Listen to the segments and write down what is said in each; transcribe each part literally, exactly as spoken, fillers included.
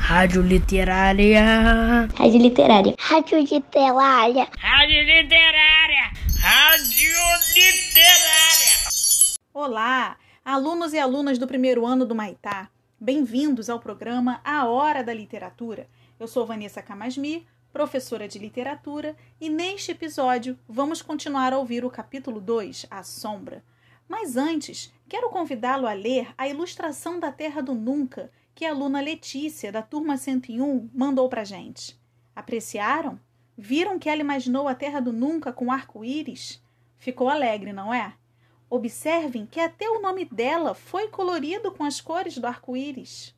Rádio Literária. Rádio Literária. Rádio Literária. Rádio Literária. Rádio Literária. Olá, alunos e alunas do primeiro ano do Maitá. Bem-vindos ao programa A Hora da Literatura. Eu sou Vanessa Camasmi, professora de literatura, e neste episódio vamos continuar a ouvir o capítulo dois, A Sombra. Mas antes, quero convidá-lo a ler a ilustração da Terra do Nunca, que a aluna Letícia, da turma cento e um, mandou pra gente. Apreciaram? Viram que ela imaginou a Terra do Nunca com arco-íris? Ficou alegre, não é? Observem que até o nome dela foi colorido com as cores do arco-íris.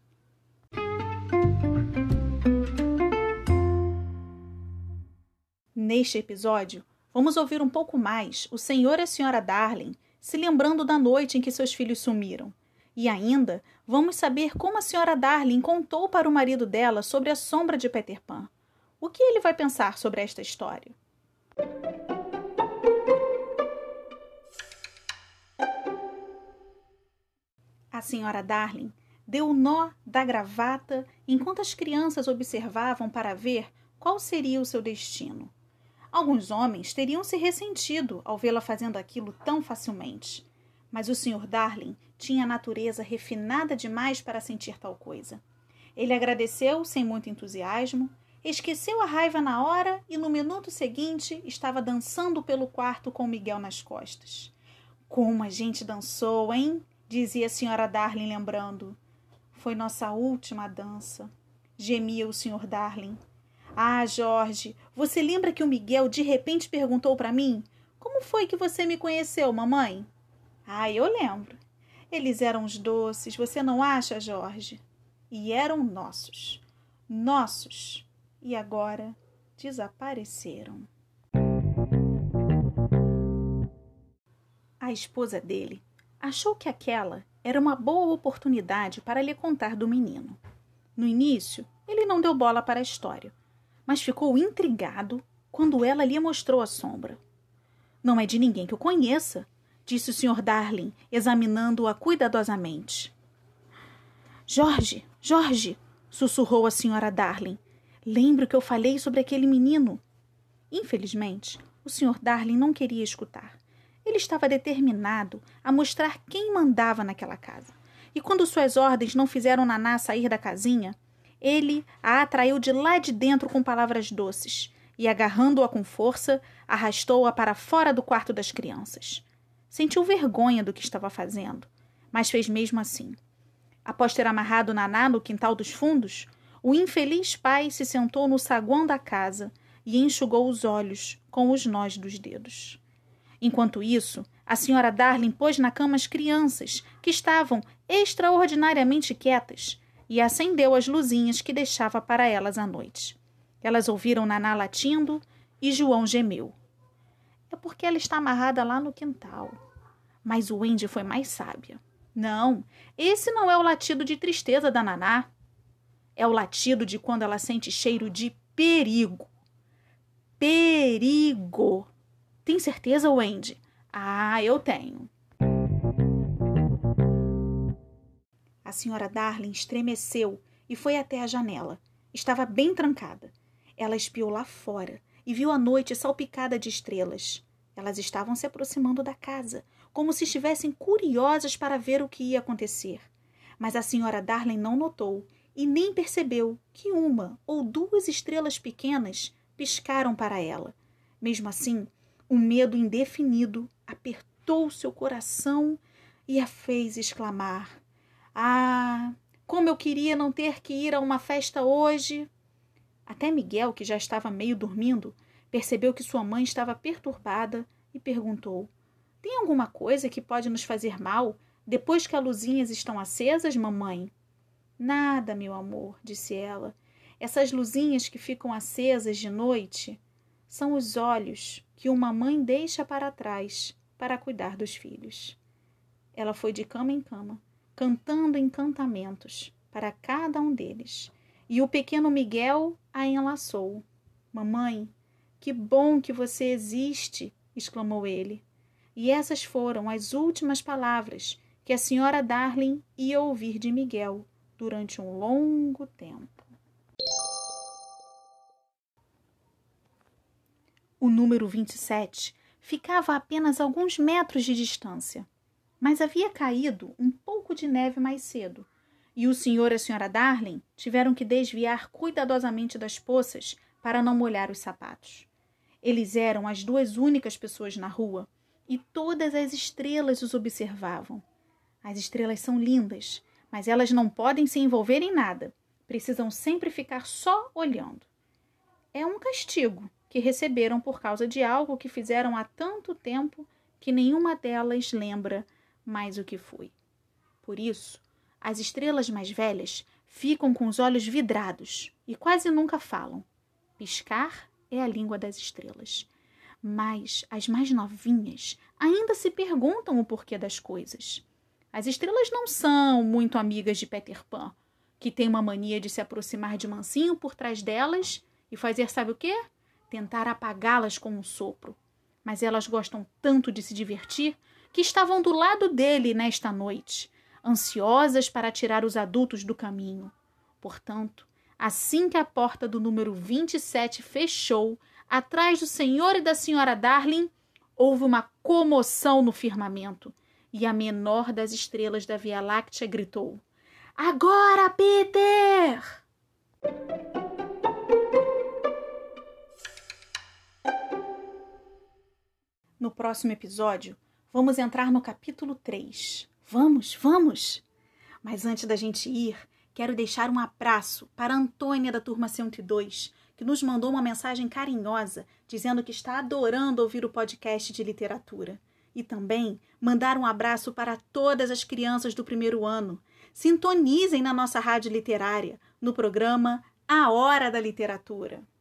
Neste episódio, vamos ouvir um pouco mais o senhor e a senhora Darling se lembrando da noite em que seus filhos sumiram. E ainda vamos saber como a senhora Darling contou para o marido dela sobre a sombra de Peter Pan. O que ele vai pensar sobre esta história? A senhora Darling deu o nó da gravata enquanto as crianças observavam para ver qual seria o seu destino. Alguns homens teriam se ressentido ao vê-la fazendo aquilo tão facilmente, mas o senhor Darling tinha a natureza refinada demais para sentir tal coisa. Ele agradeceu sem muito entusiasmo, esqueceu a raiva na hora e no minuto seguinte estava dançando pelo quarto com Miguel nas costas. Como a gente dançou, hein? Dizia a senhora Darling lembrando. Foi nossa última dança, gemia o senhor Darling. Ah, Jorge, você lembra que o Miguel de repente perguntou para mim: como foi que você me conheceu, mamãe? Ah, eu lembro. Eles eram os doces, você não acha, Jorge? E eram nossos. Nossos. E agora desapareceram. A esposa dele achou que aquela era uma boa oportunidade para lhe contar do menino. No início, ele não deu bola para a história, mas ficou intrigado quando ela lhe mostrou a sombra. Não é de ninguém que eu conheça, disse o senhor Darling, examinando-a cuidadosamente. Jorge, Jorge, sussurrou a senhora Darling, lembra que eu falei sobre aquele menino? Infelizmente, o senhor Darling não queria escutar. Ele estava determinado a mostrar quem mandava naquela casa. E quando suas ordens não fizeram Naná sair da casinha, ele a atraiu de lá de dentro com palavras doces e, agarrando-a com força, arrastou-a para fora do quarto das crianças. Sentiu vergonha do que estava fazendo, mas fez mesmo assim. Após ter amarrado Naná no quintal dos fundos, o infeliz pai se sentou no saguão da casa e enxugou os olhos com os nós dos dedos. Enquanto isso, a senhora Darling pôs na cama as crianças, que estavam extraordinariamente quietas, e acendeu as luzinhas que deixava para elas à noite. Elas ouviram Naná latindo e João gemeu. É porque ela está amarrada lá no quintal. Mas o Wendy foi mais sábia. Não, esse não é o latido de tristeza da Naná. É o latido de quando ela sente cheiro de perigo. Perigo! Tem certeza, Wendy? Ah, eu tenho. A senhora Darling estremeceu e foi até a janela. Estava bem trancada. Ela espiou lá fora e viu a noite salpicada de estrelas. Elas estavam se aproximando da casa, como se estivessem curiosas para ver o que ia acontecer. Mas a senhora Darling não notou e nem percebeu que uma ou duas estrelas pequenas piscaram para ela. Mesmo assim, um medo indefinido apertou seu coração e a fez exclamar: ah, como eu queria não ter que ir a uma festa hoje! Até Miguel, que já estava meio dormindo, percebeu que sua mãe estava perturbada e perguntou: tem alguma coisa que pode nos fazer mal depois que as luzinhas estão acesas, mamãe? Nada, meu amor, disse ela. Essas luzinhas que ficam acesas de noite são os olhos que uma mãe deixa para trás para cuidar dos filhos. Ela foi de cama em cama, cantando encantamentos para cada um deles, e o pequeno Miguel a enlaçou. Mamãe, que bom que você existe, exclamou ele. E essas foram as últimas palavras que a senhora Darling ia ouvir de Miguel durante um longo tempo. O número vinte e sete ficava a apenas alguns metros de distância, mas havia caído um pouco de neve mais cedo, e o senhor e a senhora Darling tiveram que desviar cuidadosamente das poças para não molhar os sapatos. Eles eram as duas únicas pessoas na rua, e todas as estrelas os observavam. As estrelas são lindas, mas elas não podem se envolver em nada. Precisam sempre ficar só olhando. É um castigo que receberam por causa de algo que fizeram há tanto tempo que nenhuma delas lembra mais o que foi. Por isso, as estrelas mais velhas ficam com os olhos vidrados e quase nunca falam. Piscar é a língua das estrelas. Mas as mais novinhas ainda se perguntam o porquê das coisas. As estrelas não são muito amigas de Peter Pan, que tem uma mania de se aproximar de mansinho por trás delas e fazer sabe o quê? Tentar apagá-las com um sopro. Mas elas gostam tanto de se divertir que estavam do lado dele nesta noite, ansiosas para tirar os adultos do caminho. Portanto, assim que a porta do número vinte e sete fechou, atrás do senhor e da senhora Darling, houve uma comoção no firmamento, e a menor das estrelas da Via Láctea gritou: "Agora, Peter!" No próximo episódio, vamos entrar no capítulo três. Vamos, vamos! Mas antes da gente ir, quero deixar um abraço para a Antônia da turma cento e dois, que nos mandou uma mensagem carinhosa dizendo que está adorando ouvir o podcast de literatura. E também mandar um abraço para todas as crianças do primeiro ano. Sintonizem na nossa rádio literária, no programa A Hora da Literatura.